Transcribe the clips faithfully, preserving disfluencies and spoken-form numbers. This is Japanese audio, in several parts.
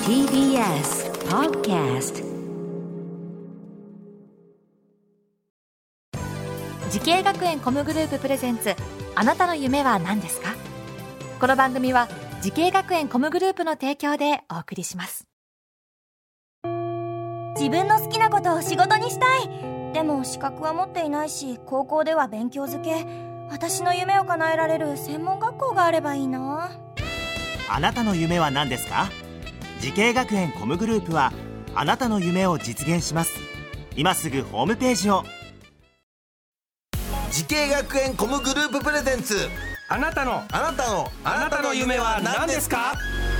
ティービーエス Podcast。 時系学園コムグループプレゼンツ、あなたの夢は何ですか？この番組は時系学園コムグループの提供でお送りします。 自分の好きなことを仕事にしたい。でも資格は持っていないし、高校では勉強づけ。私の夢を叶えられる専門学校があればいいな。 あなたの夢は何ですか？時系学園コムグループはあなたの夢を実現します。今すぐホームページを。 時系学園コムグループプレゼンツ、 あなたのあなたのあなたの夢は何ですか？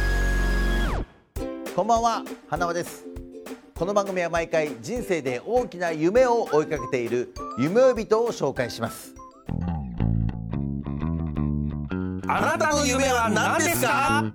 こんばんは、花輪です。この番組は毎回人生で大きな夢を追いかけている夢追い人を紹介します。 あなたの夢は何ですか？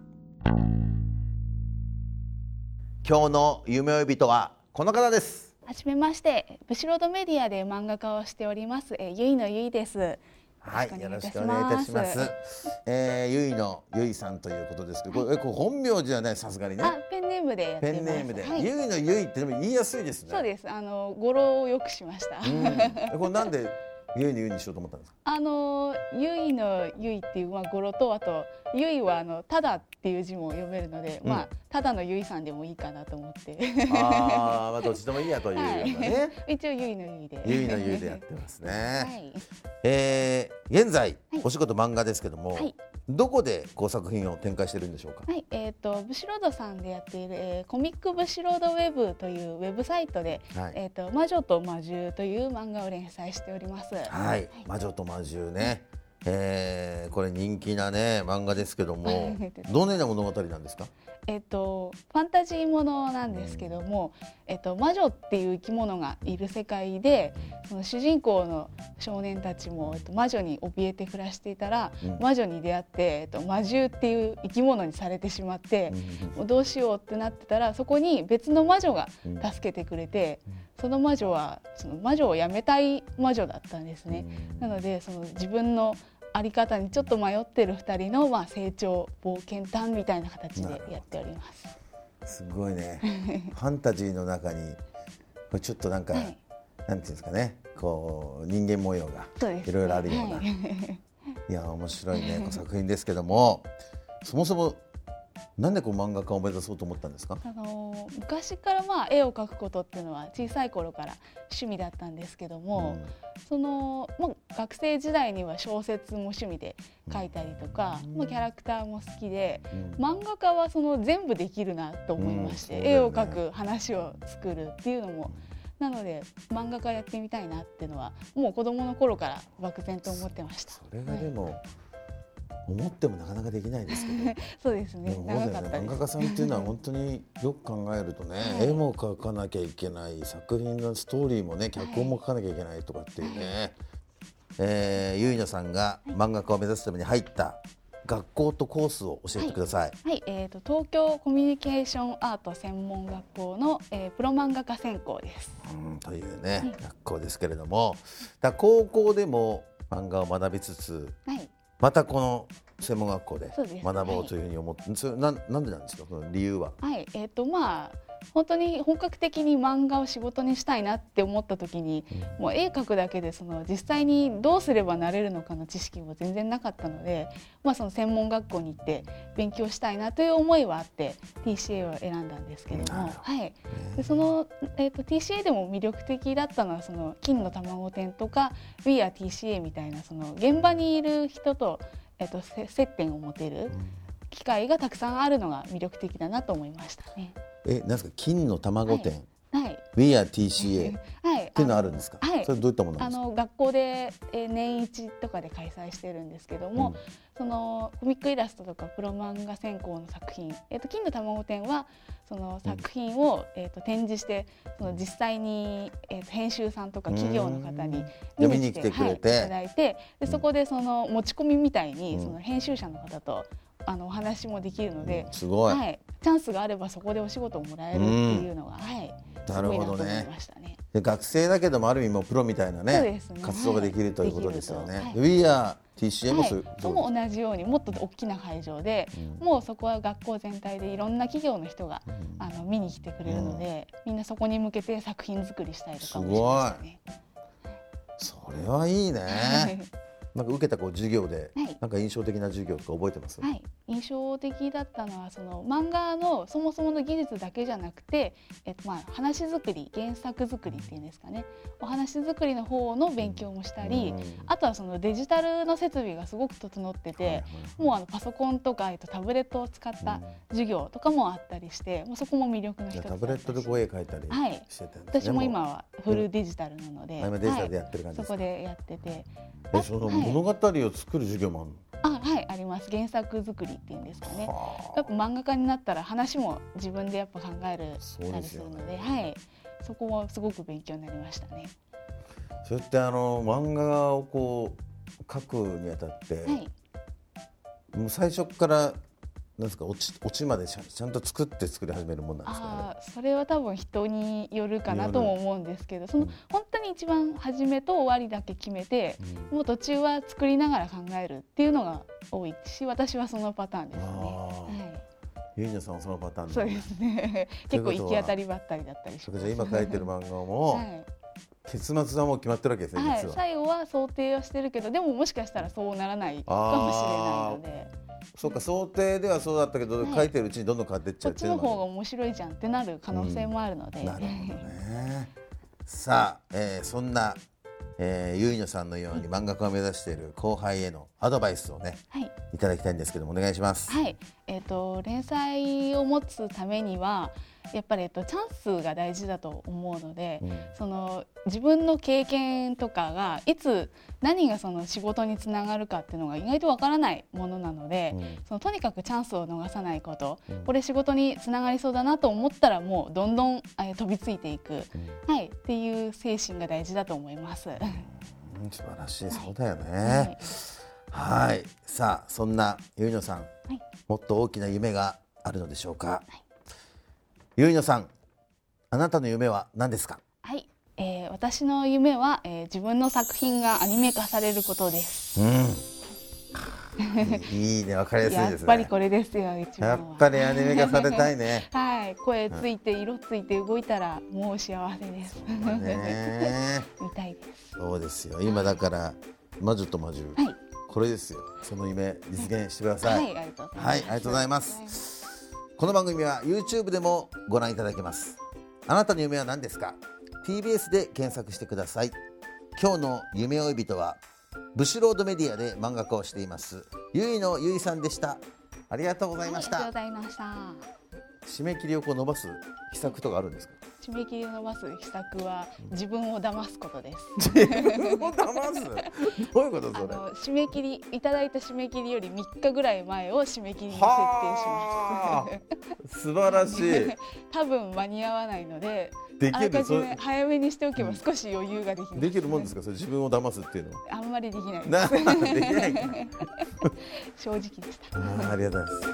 今日の夢追い人はこの方です。 はじめまして、ブシロードメディアで漫画家をしております、えー、ゆいのゆいです。 はい、よろしくお願いいたします。えー、ゆいのゆいさんということですけど、はい、これ、これ本名字はね、さすがにね。 あ、ペンネームでやってます。 ペンネームで、 はい、 ゆいのゆいってでも言いやすいですね。 そうです。あの語呂をよくしました。 うん、これなんでゆいのゆいにしようと思ったんですか？あのゆいのゆいっていう、まあ、語呂と、あとゆいはあのただっていう字も読めるので、うん、まあただのゆいさんでもいいかなと思って。 ああ、まあどっちでもいいやというようなね。 はい、一応ゆいのゆいで。 ゆいのゆいでやってますね。 はい、 えー、現在、はい、お仕事漫画ですけども、はい、どこでこう作品を展開してるんでしょうか？ はい、えっ、ー、とブシロードさんでやっている、えー、コミックブシロードウェブというウェブサイトで、はい、えっ、ー、と魔女と魔獣という漫画を連載しております。 はい、はい、魔女と魔獣ね。えー、これ人気なね漫画ですけども、どのような物語なんですか？ えっとファンタジーものなんですけども、えっと魔女っていう生き物がいる世界で、その主人公の少年たちも、えっと、魔女に怯えて暮らしていたら、うん、魔女に出会って、えっと、魔獣っていう生き物にされてしまって、うん、もうどうしようってなってたら、そこに別の魔女が助けてくれて、うん、その魔女はその魔女をやめたい魔女だったんですね。うん、なのでその自分のあり方にちょっと迷ってるふたりの、まあ、成長冒険譚みたいな形でやっております。 すごいね。ファンタジーの中にこれちょっとなんか、はい、なんていうんですかね、こう人間模様がいろいろあるような、はい、いや面白いね作品ですけども、そもそもなんでこう漫画家を目指そうと思ったんですか？ あの昔からまあ絵を描くことっていうのは小さい頃から趣味だったんですけども、うん、そのまあ、学生時代には小説も趣味で書いたりとか、うん、まあ、キャラクターも好きで、うん、漫画家はその全部できるなと思いまして、うん、ね、絵を描く、話を作るっていうのも、なので漫画家やってみたいなっていうのはもう子供の頃から漠然と思ってました。 それがでも、はい、思ってもなかなかできないですけど。 そうですね。長かったです。 漫画家さんっていうのは本当によく考えるとね、はい、絵も描かなきゃいけない、作品のストーリーもね、脚本も書かなきゃいけないとかっていうね、はい、えー、ゆいのさんが漫画家を目指すために入った学校とコースを教えてください。 はいはい、えーと、東京コミュニケーションアート専門学校の、えー、プロ漫画家専攻です。 うん、というね、はい、学校ですけれども、だ高校でも漫画を学びつつ、はい、またこの専門学校で学ぼうというふうに思って、はい、それな, なんでなんですか、その理由は？ はい、えーとまあ本当に本格的に漫画を仕事にしたいなって思った時に、うん、もう絵描くだけでその実際にどうすればなれるのかの知識も全然なかったので、まあ、その専門学校に行って勉強したいなという思いはあって ティーシーエー を選んだんですけども、はい、でその、えーと、ティーシーエー でも魅力的だったのはその金の卵店とか We are ティーシーエー みたいなその現場にいる人と、えーと、接点を持てる機会がたくさんあるのが魅力的だなと思いましたね。 え、なんですか、金の卵店、 はいはい、 We are ティーシーエー はい、っていうのあるんですか？はい、それどういったものなんですか？ あの学校で、えー、年一とかで開催してるんですけども、うん、そのコミックイラストとかプロ漫画専攻の作品、えーと、金の卵店はその作品を、うん、えーと、展示してその実際に、えーと、編集さんとか企業の方に見に来てくれて、はい、 いただいて、でそこでその持ち込みみたいに、うん、その編集者の方とあのお話もできるので、 うん、すごい、 はい、チャンスがあればそこでお仕事をもらえるっていうのが、はい、 すごいなと思いましたね。 で学生だけどもある意味もプロみたいな ね, ね活動ができるということですよね。はい、We Are ティーシーエー もそう、 はい、とも同じようにもっと大きな会場で、うん、もうそこは学校全体でいろんな企業の人が、うん、あの見に来てくれるので、うん、みんなそこに向けて作品作りしたりとかもしましたね。 すごい。それはいいね。なんか受けたこう授業で、はい、なんか印象的な授業とか覚えてます？ はい、印象的だったのはその漫画のそもそもの技術だけじゃなくて、えっと、まあ話作り、原作作りっていうんですかね、お話作りの方の勉強もしたり、うん、あとはそのデジタルの設備がすごく整ってて、はいはいはい、もうあのパソコンとか、えっと、タブレットを使った授業とかもあったりして、もうそこも魅力の一つだったし。 タブレットでこう絵描いたりしてたんですね。 はい、私も今はフルデジタルなので、 うん、今デジタルでやってる感じですか？ はい、そこでやってて、 えその物語を作る授業もあるの？ あ、はい、あります。原作作りっていうんですかね。やっぱ漫画家になったら話も自分でやっぱ考えるたりするの で, で、ね、はい、そこはすごく勉強になりましたね。 それってあの漫画をこう書くにあたって、はい、もう最初からなんですか、落ち、落ちまでちゃんと作って作り始めるもんなんですかね。 あ、それは多分人によるかなとも思うんですけど、その、うん、本当に一番初めと終わりだけ決めて、うん、もう途中は作りながら考えるっていうのが多いし、私はそのパターンですね。はい、 ゆいなさんはそのパターン、ね、 そうですね。結構行き当たりばったりだったりします。 じゃあ今書いてる漫画も、はい、結末はもう決まってるわけですね、 はい、 実は。 最後は想定はしてるけど、でももしかしたらそうならないかもしれないので。 そうか、想定ではそうだったけど、はい、書いてるうちにどんどん変わっていっちゃうっていうのも、 こっちの方が面白いじゃんってなる可能性もあるので、うん、 なるほどね。さあ、えー、そんな、えー、ゆいのさんのように漫画家を目指している後輩へのアドバイスをね、はい、いただきたいんですけども、お願いします。 はい、えーと、連載を持つためにはやっぱり、えっと、チャンスが大事だと思うので、うん、その自分の経験とかがいつ何がその仕事につながるかっていうのが意外とわからないものなので、うん、そのとにかくチャンスを逃さないこと、うん、これ仕事につながりそうだなと思ったらもうどんどん、えー、飛びついていく、うん、はい、っていう精神が大事だと思います。うん、 素晴らしい、そうだよね。はい、はい、さあそんなゆいのさん、はい、もっと大きな夢があるのでしょうか。はい、ゆいのさん、あなたの夢は何ですか？ はい、えー、私の夢は、えー、自分の作品がアニメ化されることです。うん、 いいね、わかりやすいですね。 やっぱりこれですよ、一番は。 やっぱりアニメ化されたいね。 はい、声ついて色ついて動いたらもう幸せです。ね、見たいです。 そうですよ。今だから魔女と魔獣、はい、これですよ。その夢実現してください。はい、ありがとうございます。はい、ありがとうございます。この番組は YouTube でもご覧いただけます。あなたの夢は何ですか？ ティービーエス で検索してください。今日の夢追い人はブシュロードメディアで漫画家をしていますゆいのゆいさんでした。ありがとうございました。 はい、ありがとうございました。 締め切りをこう伸ばす秘策とかあるんですか？ 締め切りを伸ばす秘策は自分を騙すことです。 自分を騙す？どういうことそれ？ あの締め切りいただいた締め切りよりみっかぐらい前を締め切りに設定します。 素晴らしい。 多分間に合わないので、できるあらかじめ早めにしておけば少し余裕ができます、ね。 できるもんですか？それ自分を騙すっていうのは。 あんまりできないです。 できないか。 正直でした。 あ, ありがとうございます。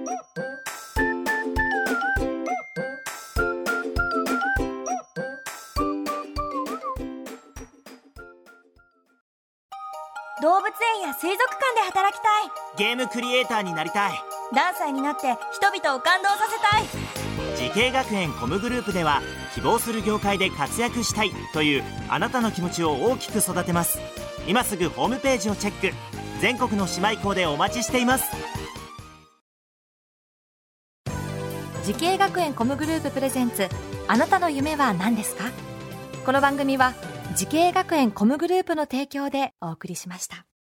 動物園や水族館で働きたい。 ゲームクリエイターになりたい。 何歳になって人々を感動させたい。 時系学園コムグループでは希望する業界で活躍したいというあなたの気持ちを大きく育てます。今すぐホームページをチェック。全国の姉妹校でお待ちしています。 時系学園コムグループプレゼンツ、あなたの夢は何ですか？この番組は時系学園コムグループの提供でお送りしました。